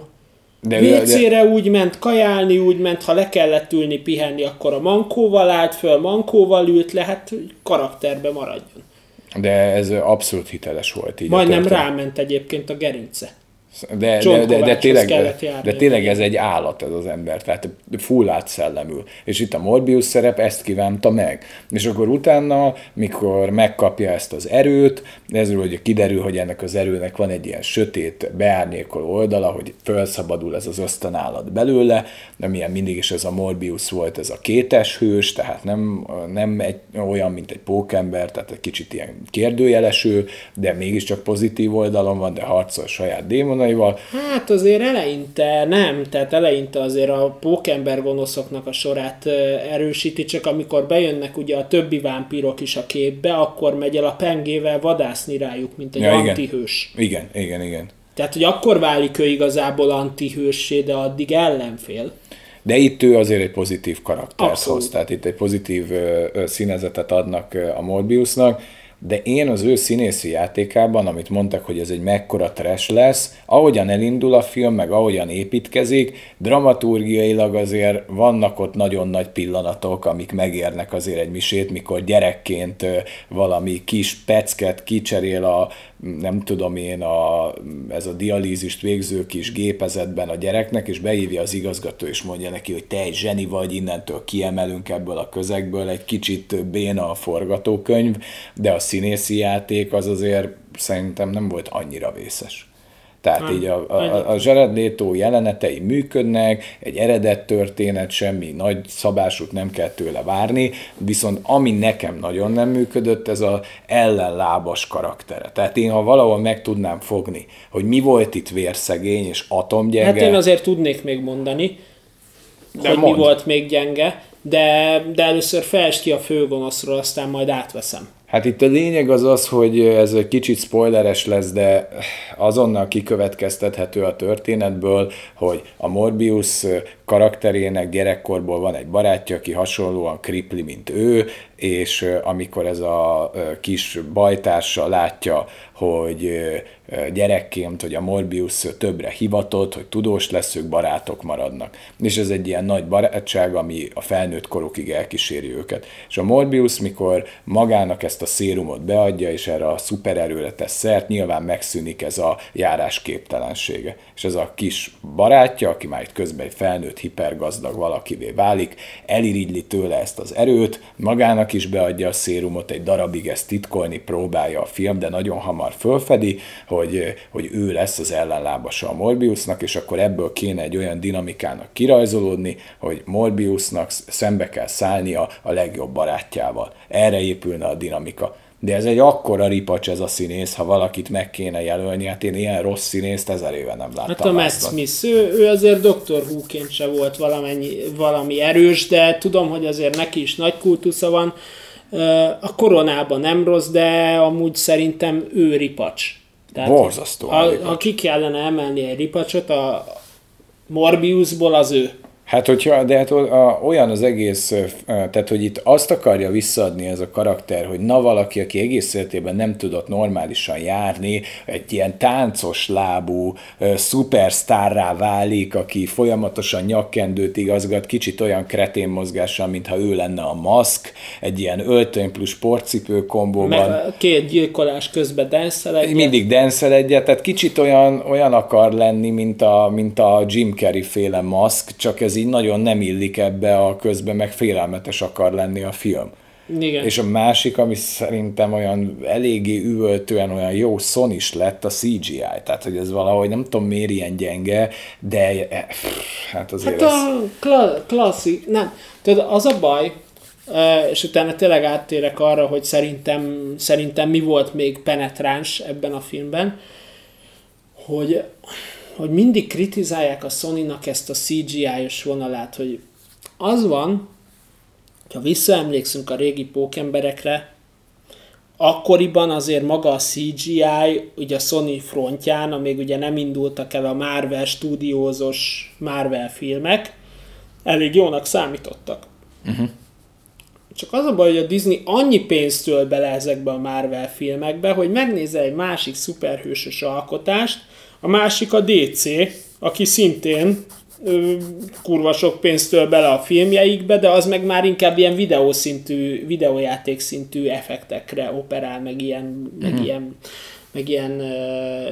vé cére de... úgy ment kajálni, úgy ment, ha le kellett ülni, pihenni, akkor a mankóval állt föl, mankóval ült le, hát karakterbe maradjon. De ez abszolút hiteles volt. Így majdnem ráment egyébként a gerince. De, de, de, de, tényleg, de tényleg ez egy állat ez az ember, tehát full átszellemül. És itt a Morbius szerep ezt kívánta meg. És akkor utána, mikor megkapja ezt az erőt, ezről ugye kiderül, hogy ennek az erőnek van egy ilyen sötét, beárnyékoló oldala, hogy felszabadul ez az ösztönállat belőle, de milyen mindig is ez a Morbius volt, ez a kétes hős, tehát nem, nem egy, olyan, mint egy pókember, tehát egy kicsit ilyen kérdőjeleső, de mégiscsak pozitív oldalon van, de harcol a saját démonai. Hát azért eleinte nem, tehát eleinte azért a pókember gonoszoknak a sorát erősíti, csak amikor bejönnek ugye a többi vámpírok is a képbe, akkor megy el a pengével vadászni rájuk, mint egy ja, antihős. Igen, igen, igen. Tehát, hogy akkor válik ő igazából antihőssé, de addig ellenfél. De itt ő azért egy pozitív karaktert hoz, tehát itt egy pozitív ö, színezetet adnak a Morbiusnak, de én az ő színészi játékában, amit mondtak, hogy ez egy mekkora trash lesz, ahogyan elindul a film, meg ahogyan építkezik, dramaturgiailag azért vannak ott nagyon nagy pillanatok, amik megérnek azért egy misét, mikor gyerekként valami kis pecket kicserél a, nem tudom én, a, ez a dialízist végző kis gépezetben a gyereknek, és behívja az igazgató, és mondja neki, hogy te egy zseni vagy, innentől kiemelünk ebből a közegből, egy kicsit béna a forgatókönyv, de a színészi játék az azért szerintem nem volt annyira vészes. Tehát nem, így a, a, a Jared Leto jelenetei működnek, egy eredet történet, semmi nagy szabásút nem kell tőle várni, viszont ami nekem nagyon nem működött, ez az ellenlábas karaktere. Tehát én, ha valahol meg tudnám fogni, hogy mi volt itt vérszegény és atomgyenge... Hát én azért tudnék még mondani, de hogy mond. Mi volt még gyenge, de, de először fejtsd ki a főgonoszról, aztán majd átveszem. Hát itt a lényeg az az, hogy ez egy kicsit spoileres lesz, de azonnal kikövetkeztethető a történetből, hogy a Morbius karakterének gyerekkorból van egy barátja, aki hasonlóan kripli, mint ő, és amikor ez a kis bajtársa látja, hogy gyerekként, hogy a Morbius többre hivatott, hogy tudós lesz, ők barátok maradnak. És ez egy ilyen nagy barátság, ami a felnőtt korukig elkíséri őket. És a Morbius, mikor magának ezt a szérumot beadja, és erre a szupererőre tesz szert, nyilván megszűnik ez a járás képtelensége. És ez a kis barátja, aki már itt közben egy felnőtt, hipergazdag valakivé válik, elirigyli tőle ezt az erőt, magának is beadja a szérumot, egy darabig ezt titkolni próbálja a film, de nagyon hamar fölfedi, hogy, hogy ő lesz az ellenlábasa a Morbiusnak, és akkor ebből kéne egy olyan dinamikának kirajzolódni, hogy Morbiusnak szembe kell szállnia a legjobb barátjával. Erre épülne a dinamika. De ez egy akkora ripacs ez a színész, ha valakit meg kéne jelölni, hát én ilyen rossz színészt ezer éve nem láttam. Hát a Matt Smith, ő, ő azért doktor Who-ként se volt valamennyi, valami erős, de tudom, hogy azért neki is nagy kultusza van. A Koronában nem rossz, de amúgy szerintem ő ripacs. Tehát borzasztó. Ha, ha ki kellene emelni egy ripacsot, a Morbiusból az ő. Hát, hogyha, de hát olyan az egész, tehát, hogy itt azt akarja visszaadni ez a karakter, hogy na valaki, aki egész életében nem tudott normálisan járni, egy ilyen táncos lábú szupersztárrá válik, aki folyamatosan nyakkendőt igazgat, kicsit olyan kretén mozgással, mintha ő lenne a Maszk, egy ilyen öltöny plusz sportcipő kombóban. Meg két gyilkolás közben denszel egyet. Mindig denszel egyet, tehát kicsit olyan, olyan akar lenni, mint a, mint a Jim Carrey féle Maszk, csak ez így nagyon nem illik ebbe a közben, meg félelmetes akar lenni a film. Igen. És a másik, ami szerintem olyan eléggé üvöltően olyan jó szon is lett, a cé gé í. Tehát, hogy ez valahogy nem tudom miért ilyen gyenge, de hát azért hát ez... a kla- klasszik, nem. Tehát az a baj, és utána tényleg áttérek arra, hogy szerintem, szerintem mi volt még penetráns ebben a filmben, hogy hogy mindig kritizálják a Sony-nak ezt a cé gé í-os vonalát, hogy az van, ha visszaemlékszünk a régi pókemberekre, akkoriban azért maga a cé gé í, ugye a Sony frontján, amíg ugye nem indultak el a Marvel stúdiózos Marvel filmek, elég jónak számítottak. Uh-huh. Csak az a baj, hogy a Disney annyi pénzt öl bele ezekbe a Marvel filmekbe, hogy megnézel egy másik szuperhősös alkotást, a másik a dé cé, aki szintén ö, kurva sok pénzt öl bele a filmjeikbe, de az meg már inkább ilyen videószintű, videójáték szintű effektekre operál, meg ilyen, mm-hmm. meg ilyen, meg ilyen ö,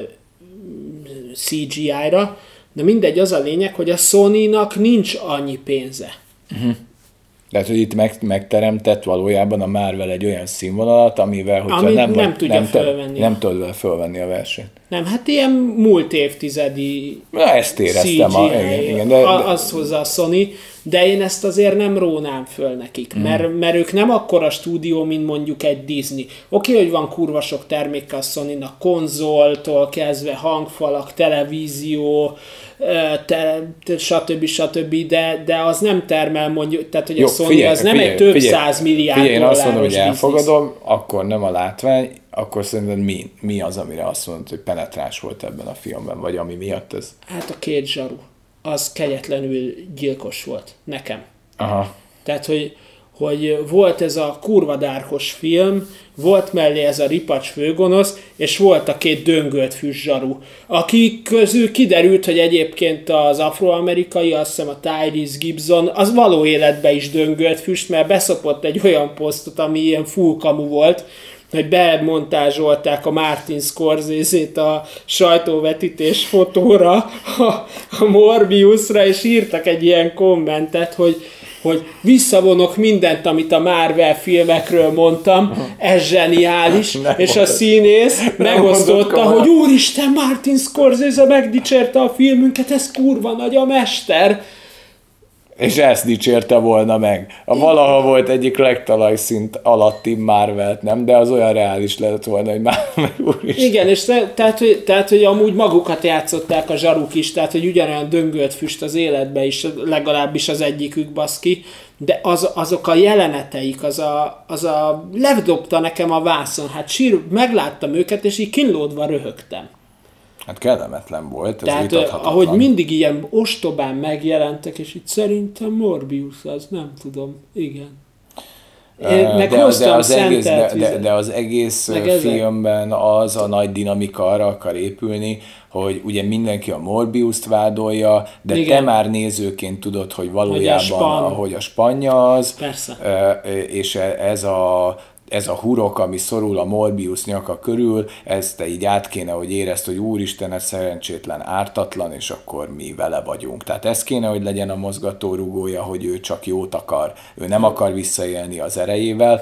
cé gé í-ra. De mindegy, az a lényeg, hogy a Sony-nak nincs annyi pénze. Mm-hmm. Tehát, hogy itt meg, megteremtett valójában a Marvel egy olyan színvonalat, amivel, hogyha Ami nem, nem vagy, tudja nem, fölvenni. Nem tudod vele fölvenni a versenyt. Nem, hát ilyen múlt évtizedi Na, ezt éreztem. cé gé í, A, igen, igen, de, de... az hozza a Sony, de én ezt azért nem rónám föl nekik, mm. mert, mert ők nem akkora stúdió, mint mondjuk egy Disney. Oké, okay, hogy van kurva sok terméke a Sony-nak, konzoltól kezdve, hangfalak, televízió, te, te, stb. stb. De, de az nem termel mondjuk, tehát hogy Jó, a Sony figyelj, az nem figyelj, egy több figyelj, száz milliárd figyelj, dolláros én azt mondom, hogy elfogadom, biznisz. akkor nem a látvány, akkor szerintem mi, mi az, amire azt mondod, hogy penetráns volt ebben a filmben, vagy ami miatt ez? Hát a két zsaru. Az kegyetlenül gyilkos volt. Nekem. Aha. Tehát, hogy, hogy volt ez a kurva dárhos film, volt mellé ez a ripacs főgonosz, és volt a két döngölt füst zsaru, akik közül kiderült, hogy egyébként az afroamerikai, azt hiszem a Tyrese Gibson, az való életben is döngölt füst, mert beszopott egy olyan posztot, ami ilyen full kamu volt, hogy bemontázsolták a Martin Scorsese-t a sajtóvetítés fotóra, a, a Morbiusra, és írtak egy ilyen kommentet, hogy, hogy visszavonok mindent, amit a Marvel filmekről mondtam, ez zseniális, nem és mondod. A színész nem megosztotta, hogy úristen, Martin Scorsese megdicsérte a filmünket, ez kurva nagy a mester. És ezt dicsérte volna meg. A valaha volt egyik legtalajszint alatti Marvelt, nem? De az olyan reális lett volna, hogy már úristen. Igen, és te, tehát, hogy, tehát, hogy amúgy magukat játszották a zsaruk is, tehát, hogy ugyanolyan döngölt füst az életbe is, legalábbis az egyikük baszki, de az, azok a jeleneteik, az a, az a ledobta nekem a vászon, hát sír, megláttam őket, és így kínlódva röhögtem. Hát kellemetlen volt, ez tehát, vitathatatlan. ahogy mindig ilyen ostobán megjelentek, és itt szerintem Morbius az, nem tudom, igen. Én meg de, hoztam de, az egész, de, vizet. de, de az egész meg filmben az a nagy dinamika arra akar épülni, hogy ugye mindenki a Morbiust vádolja, de igen. Te már nézőként tudod, hogy valójában, hogy a, span. ahogy a spanja az, persze. És ez a ez a hurok, ami szorul a Morbius nyaka körül, ezt te így át kéne, hogy érezd, hogy úristen, ez szerencsétlen, ártatlan, és akkor mi vele vagyunk. Tehát ez kéne, hogy legyen a mozgatórugója, hogy ő csak jót akar, ő nem akar visszaélni az erejével,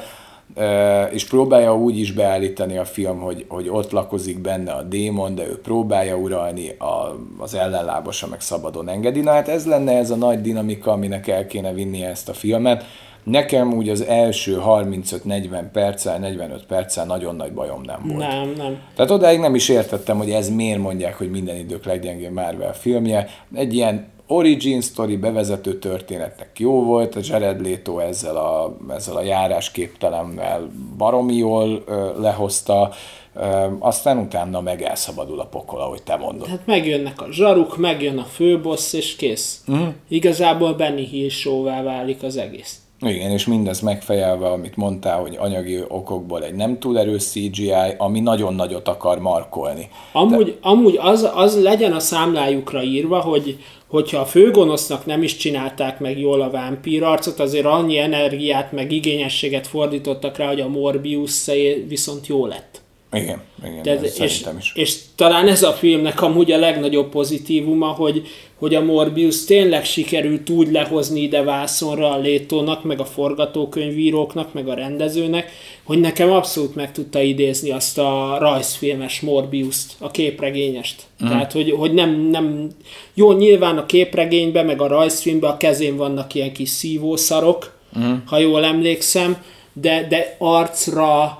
és próbálja úgy is beállítani a film, hogy, hogy ott lakozik benne a démon, de ő próbálja uralni, a, az ellenlábasa meg szabadon engedi. Na hát ez lenne ez a nagy dinamika, aminek el kéne vinnie ezt a filmet, Nekem úgy az első harmincöt-negyven perccel, negyvenöt perccel nagyon nagy bajom nem volt. Nem, nem. Tehát odáig nem is értettem, hogy ez miért mondják, hogy minden idők leggyengébb Marvel filmje. Egy ilyen origin story, bevezető történetnek jó volt, a Jared Leto ezzel a, ezzel a járásképtelemmel baromi jól ö, lehozta, ö, aztán utána meg elszabadul a pokol, ahogy te mondod. Hát megjönnek a zsaruk, megjön a főbossz, és kész. Uh-huh. Igazából Benny Hill show-vá válik az egész. Igen, és mindez megfejelve, amit mondtál, hogy anyagi okokból egy nem túl erős cé gé í, ami nagyon nagyot akar markolni. Amúgy, De... amúgy az, az legyen a számlájukra írva, hogy hogyha a főgonosznak nem is csinálták meg jól a vámpírarcot, azért annyi energiát meg igényességet fordítottak rá, hogy a Morbius viszont jó lett. Igen, igen, Tehát, és, szerintem is. És talán ez a filmnek amúgy a legnagyobb pozitívuma, hogy, hogy a Morbius tényleg sikerült úgy lehozni ide vászonra a Letónak, meg a forgatókönyvíróknak, meg a rendezőnek, hogy nekem abszolút meg tudta idézni azt a rajzfilmes Morbiust, a képregényest. Mm. Tehát, hogy, hogy nem, nem... Jó, nyilván a képregényben, meg a rajzfilmben a kezén vannak ilyen kis szívószarok, mm. ha jól emlékszem, de, de arcra...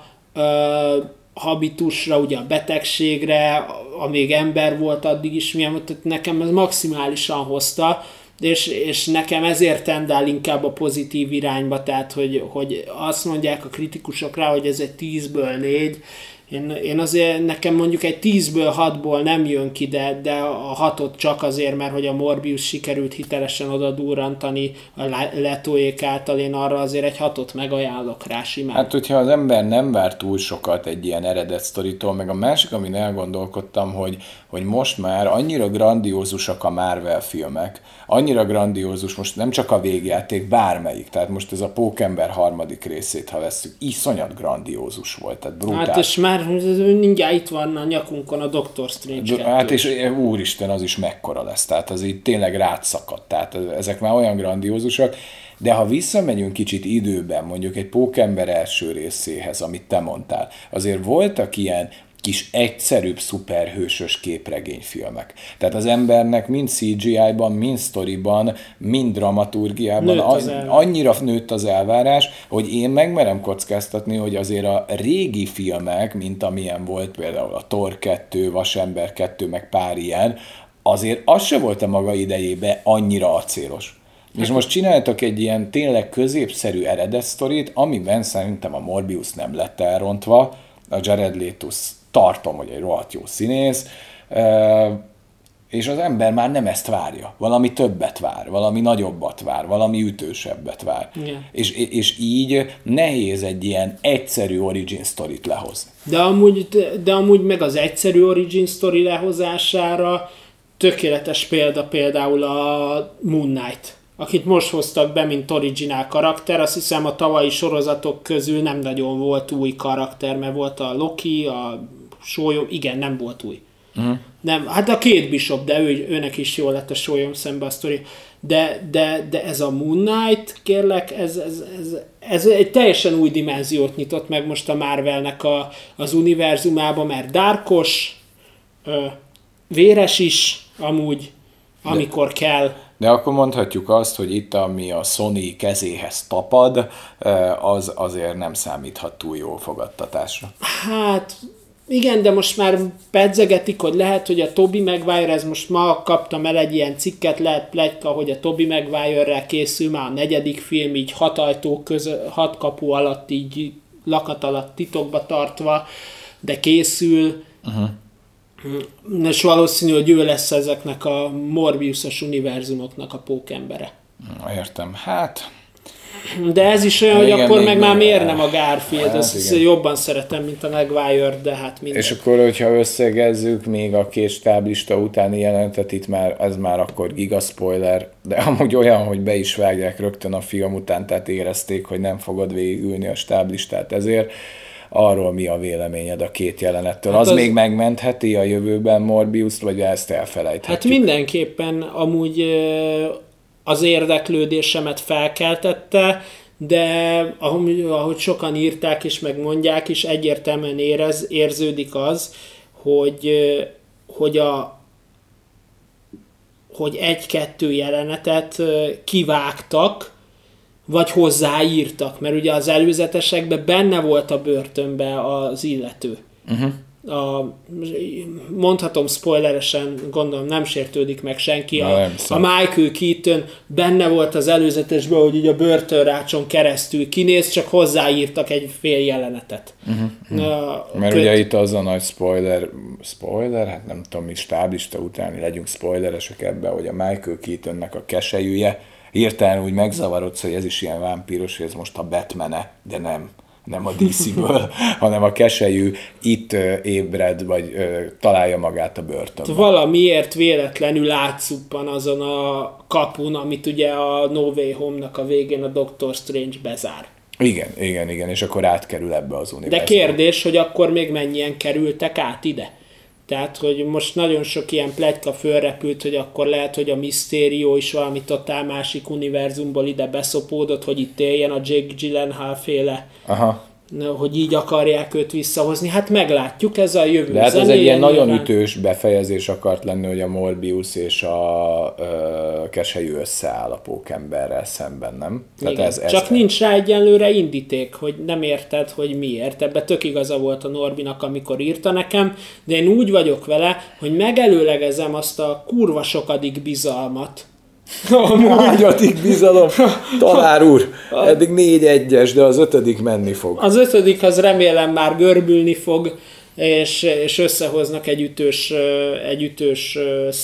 Ö, habitusra, ugye a betegségre, amíg ember volt addig is, milyen, tehát nekem ez maximálisan hozta, és, és nekem ezért tendál inkább a pozitív irányba, tehát hogy, hogy azt mondják a kritikusok rá, hogy ez egy tízből négy, Én, én azért nekem mondjuk egy tízből hatból nem jön ki, de, de a hatot csak azért, mert hogy a Morbius sikerült hitelesen oda durrantani a Letóék által, én arra azért egy hatot megajánlok rá simán. Hát, hogyha az ember nem vár túl sokat egy ilyen eredet sztoritól, meg a másik, amin elgondolkodtam, hogy, hogy most már annyira grandiózusak a Marvel filmek, annyira grandiózus most nem csak a végjáték, bármelyik, tehát most ez a Pókember harmadik részét, ha vesszük, iszonyat grandiózus volt, tehát brutál. Hát és már mindjárt itt van a nyakunkon a Doctor Strange kettő. Hát és úristen, az is mekkora lesz, tehát az így tényleg rátszakadt, tehát ezek már olyan grandiózusak, de ha visszamegyünk kicsit időben, mondjuk egy Pókember első részéhez, amit te mondtál, azért voltak ilyen kis egyszerűbb szuperhősös képregényfilmek. Tehát az embernek mind cé gé í-ban, mind sztoriban, mind dramaturgiában az, annyira nőtt az elvárás, hogy én megmerem kockáztatni, hogy azért a régi filmek, mint amilyen volt például a Thor kettő, Vasember kettő, meg pár ilyen, azért az se volt a maga idejében annyira acélos. És most csináltak egy ilyen tényleg középszerű eredet sztorit, amiben szerintem a Morbius nem lett elrontva, a Jared Leto tartom, hogy egy rohadt jó színész, és az ember már nem ezt várja. Valami többet vár, valami nagyobbat vár, valami ütősebbet vár. Yeah. És, és így nehéz egy ilyen egyszerű origin sztorit lehozni. De amúgy, de amúgy meg az egyszerű origin sztori lehozására tökéletes példa például a Moon Knight, akit most hoztak be, mint originál karakter. Azt hiszem a tavalyi sorozatok közül nem nagyon volt új karakter, mert volt a Loki, a Sólyom, igen, nem volt új. Uh-huh. Nem, hát a Kate Bishop, de ő, őnek is jól lett a Sólyom szembe a sztori. De, de, de ez a Moon Knight, kérlek, ez, ez, ez, ez egy teljesen új dimenziót nyitott meg most a Marvelnek a, az univerzumába, mert dárkos, ö, véres is amúgy, amikor de, kell. De akkor mondhatjuk azt, hogy itt, ami a Sony kezéhez tapad, az azért nem számíthat túl jó fogadtatásra. Hát... Igen, de most már pedzegetik, hogy lehet, hogy a Tobey Maguire, ez most ma kaptam el egy ilyen cikket, lehet pletyka, hogy a Tobey Maguire-rel készül már a negyedik film, így hat ajtó között, hat kapu alatt, így lakat alatt titokba tartva, de készül. Uh-huh. És valószínű, hogy ő lesz ezeknek a Morbiusos univerzumoknak a pókembere. Értem, hát... De ez is olyan, hogy igen, akkor meg már miért nem a Garfield, hát azt jobban szeretem, mint a Maguire, de hát minden. És akkor, hogyha összegezzük még a két stáblista utáni jelentet, itt már, ez már akkor giga spoiler, de amúgy olyan, hogy be is vágják rögtön a film után, tehát érezték, hogy nem fogod végigülni a stáblistát, ezért arról mi a véleményed a két jelenettől? Hát az, az még megmentheti a jövőben Morbiust, vagy ezt elfelejthetjük? Hát mindenképpen amúgy... az érdeklődésemet felkeltette, de ahogy, ahogy sokan írták és megmondják is, egyértelműen érez, érződik az, hogy, hogy, a, hogy egy-kettő jelenetet kivágtak, vagy hozzáírtak, mert ugye az előzetesekben benne volt a börtönben az illető. Uh-huh. A, mondhatom spoileresen, gondolom nem sértődik meg senki, a, a Michael Keaton benne volt az előzetesben, hogy így a börtönrácson keresztül kinéz, csak hozzáírtak egy fél jelenetet. Uh-huh. A, Mert köt... ugye itt az a nagy spoiler, spoiler, hát nem tudom mi, stáblista utáni legyünk spoileresek ebben, hogy a Michael Keatonnek a keselyűje hirtelen úgy megzavarodsz, hogy ez is ilyen vámpíros, hogy ez most a Batman-e, de nem. Nem a dé cé-ből, hanem a keselyű itt ö, ébred, vagy ö, találja magát a börtönben. Valamiért véletlenül átszuppan azon a kapun, amit ugye a No Way Home-nak a végén a Doctor Strange bezár. Igen, igen, igen, és akkor átkerül ebbe az univerzumba. De kérdés, hogy akkor még mennyien kerültek át ide? Tehát, hogy most nagyon sok ilyen pletyka fölrepült, hogy akkor lehet, hogy a Mysterio is valami totál másik univerzumból ide beszopódott, hogy itt éljen a Jake Gyllenhaal féle, aha. hogy így akarják őt visszahozni. Hát meglátjuk, ez a jövő. De hát ez egy ilyen nagyon nyilván... ütős befejezés akart lenni, hogy a Morbius és a ö, keselyű összeáll a pókemberrel szemben, nem? Tehát ez, ez csak ez nincs rá egyenlőre indíték, hogy nem érted, hogy miért. Ebben tök igaza volt a Norbinak, amikor írta nekem, de én úgy vagyok vele, hogy megelőlegezem azt a kurva sokadik bizalmat. Hányadik bizalom? Tanár úr, eddig négy egyes, de az ötödik menni fog. Az ötödik az remélem már görbülni fog, és, és összehoznak egy ütős, egy ütős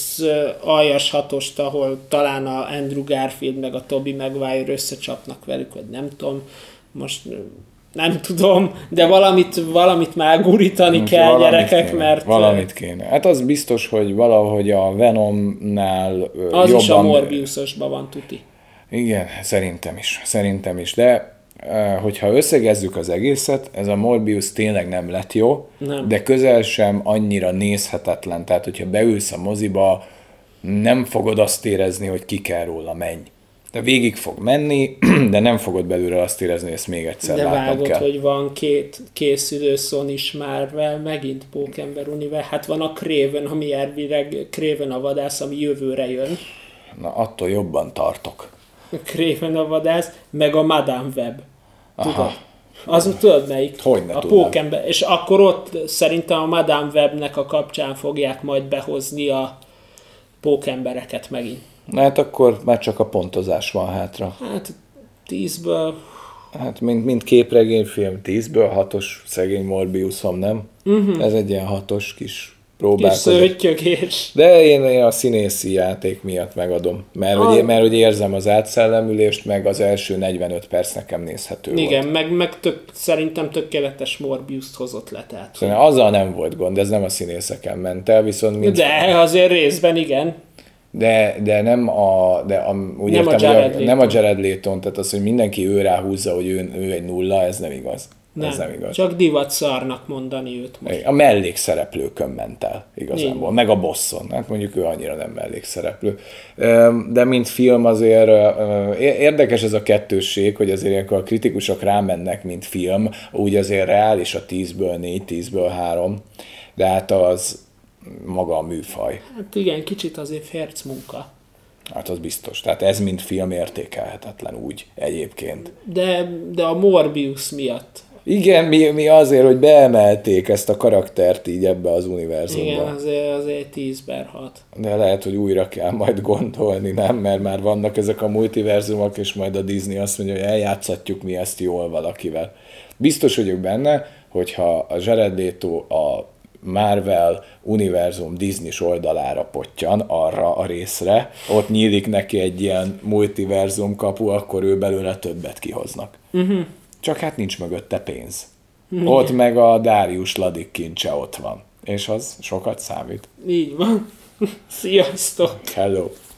aljas hatost, ahol talán a Andrew Garfield meg a Tobey Maguire összecsapnak velük, vagy nem tudom, most nem tudom, de valamit, valamit már gurítani hmm, kell, gyerekek, kéne, mert... Valamit kéne. Hát az biztos, hogy valahogy a Venomnál az jobban... Az is a Morbiusosban van, tuti. Igen, szerintem is. Szerintem is. De hogyha összegezzük az egészet, ez a Morbius tényleg nem lett jó, nem. De közel sem annyira nézhetetlen. Tehát, hogyha beülsz a moziba, nem fogod azt érezni, hogy ki kell róla, menj. De végig fog menni, de nem fogod belőle azt érezni, hogy ezt még egyszer de látnom vágod, kell. hogy van két készülő Sony-s Marvel, megint Pókember univerz. Hát van a Kraven, ami elvileg Kraven a vadász, ami jövőre jön. Na, attól jobban tartok. A Kraven a vadász, meg a Madame Web. Tudod? Aha. Az tudod melyik? Hogyne a tudnám. Pókember. És akkor ott szerintem a Madame Webnek a kapcsán fogják majd behozni a pókembereket megint. Na hát akkor már csak a pontozás van hátra. Hát tízből... Hát mint, mint képregényfilm, tízből hatos szegény Morbiusom, nem? Uh-huh. Ez egy ilyen hatos kis próbálkozás. Kis szőttyögés. De én, én a színészi játék miatt megadom. Mert, ah. hogy, mert hogy érzem az átszellemülést, meg az első negyvenöt perc nekem nézhető igen, volt. meg, meg tök, szerintem tökéletes Morbiust hozott le. Tehát, szerintem azzal nem volt gond, ez nem a színészeken ment el, viszont... Mint... De azért részben igen. De, de nem a, de a, úgy nem, értem, a Jared a, nem a Jared Leton, tehát az, hogy mindenki ő ráhúzza, hogy ő, ő egy nulla, ez nem igaz. Nem, ez nem igaz. Csak divatszarnak mondani őt most. A mellékszereplőkön ment el igazából, Igen. meg a bosson, hát mondjuk ő annyira nem mellékszereplő. De mint film azért érdekes ez a kettősség, hogy azért ilyenkor a kritikusok rámennek, mint film, úgy azért reális a tízből négy, tízből három, de hát az maga a műfaj. Hát igen, kicsit azért férc munka. Hát az biztos. Tehát ez mint film értékelhetetlen úgy egyébként. De, de a Morbius miatt. Igen, mi, mi azért, hogy beemelték ezt a karaktert így ebbe az univerzumba. Igen, azért, azért tíz per hat. De lehet, hogy újra kell majd gondolni, nem? Mert már vannak ezek a multiverzumok, és majd a Disney azt mondja, hogy eljátszatjuk mi ezt jól valakivel. Biztos vagyok benne, hogyha a Jared Leto a Marvel univerzum Disney-s oldalára pottyan arra a részre, ott nyílik neki egy ilyen multiverzum kapu, akkor ő belőle többet kihoznak. Uh-huh. Csak hát nincs mögötte pénz. Uh-huh. Ott meg a Darius Ladik kincse ott van. És az sokat számít. Így van. Sziasztok! Hello!